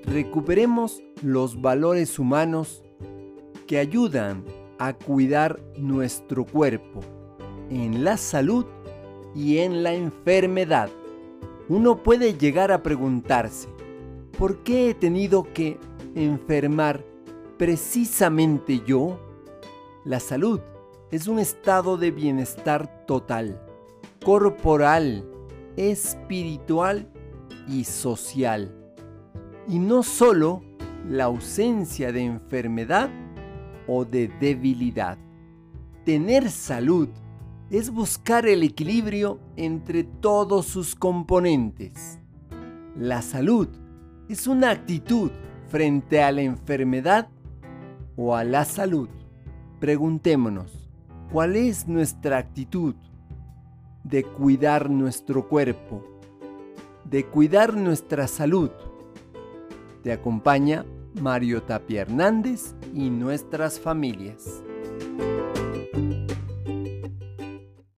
recuperemos los valores humanos que ayudan a cuidar nuestro cuerpo en la salud y en la enfermedad. Uno puede llegar a preguntarse, ¿por qué he tenido que enfermar precisamente yo? La salud es un estado de bienestar total, corporal, espiritual y social. Y no solo la ausencia de enfermedad o de debilidad. Tener salud es buscar el equilibrio entre todos sus componentes. La salud es una actitud frente a la enfermedad o a la salud. Preguntémonos, ¿cuál es nuestra actitud de cuidar nuestro cuerpo, de cuidar nuestra salud? Te acompaña Mario Tapia Hernández y nuestras familias.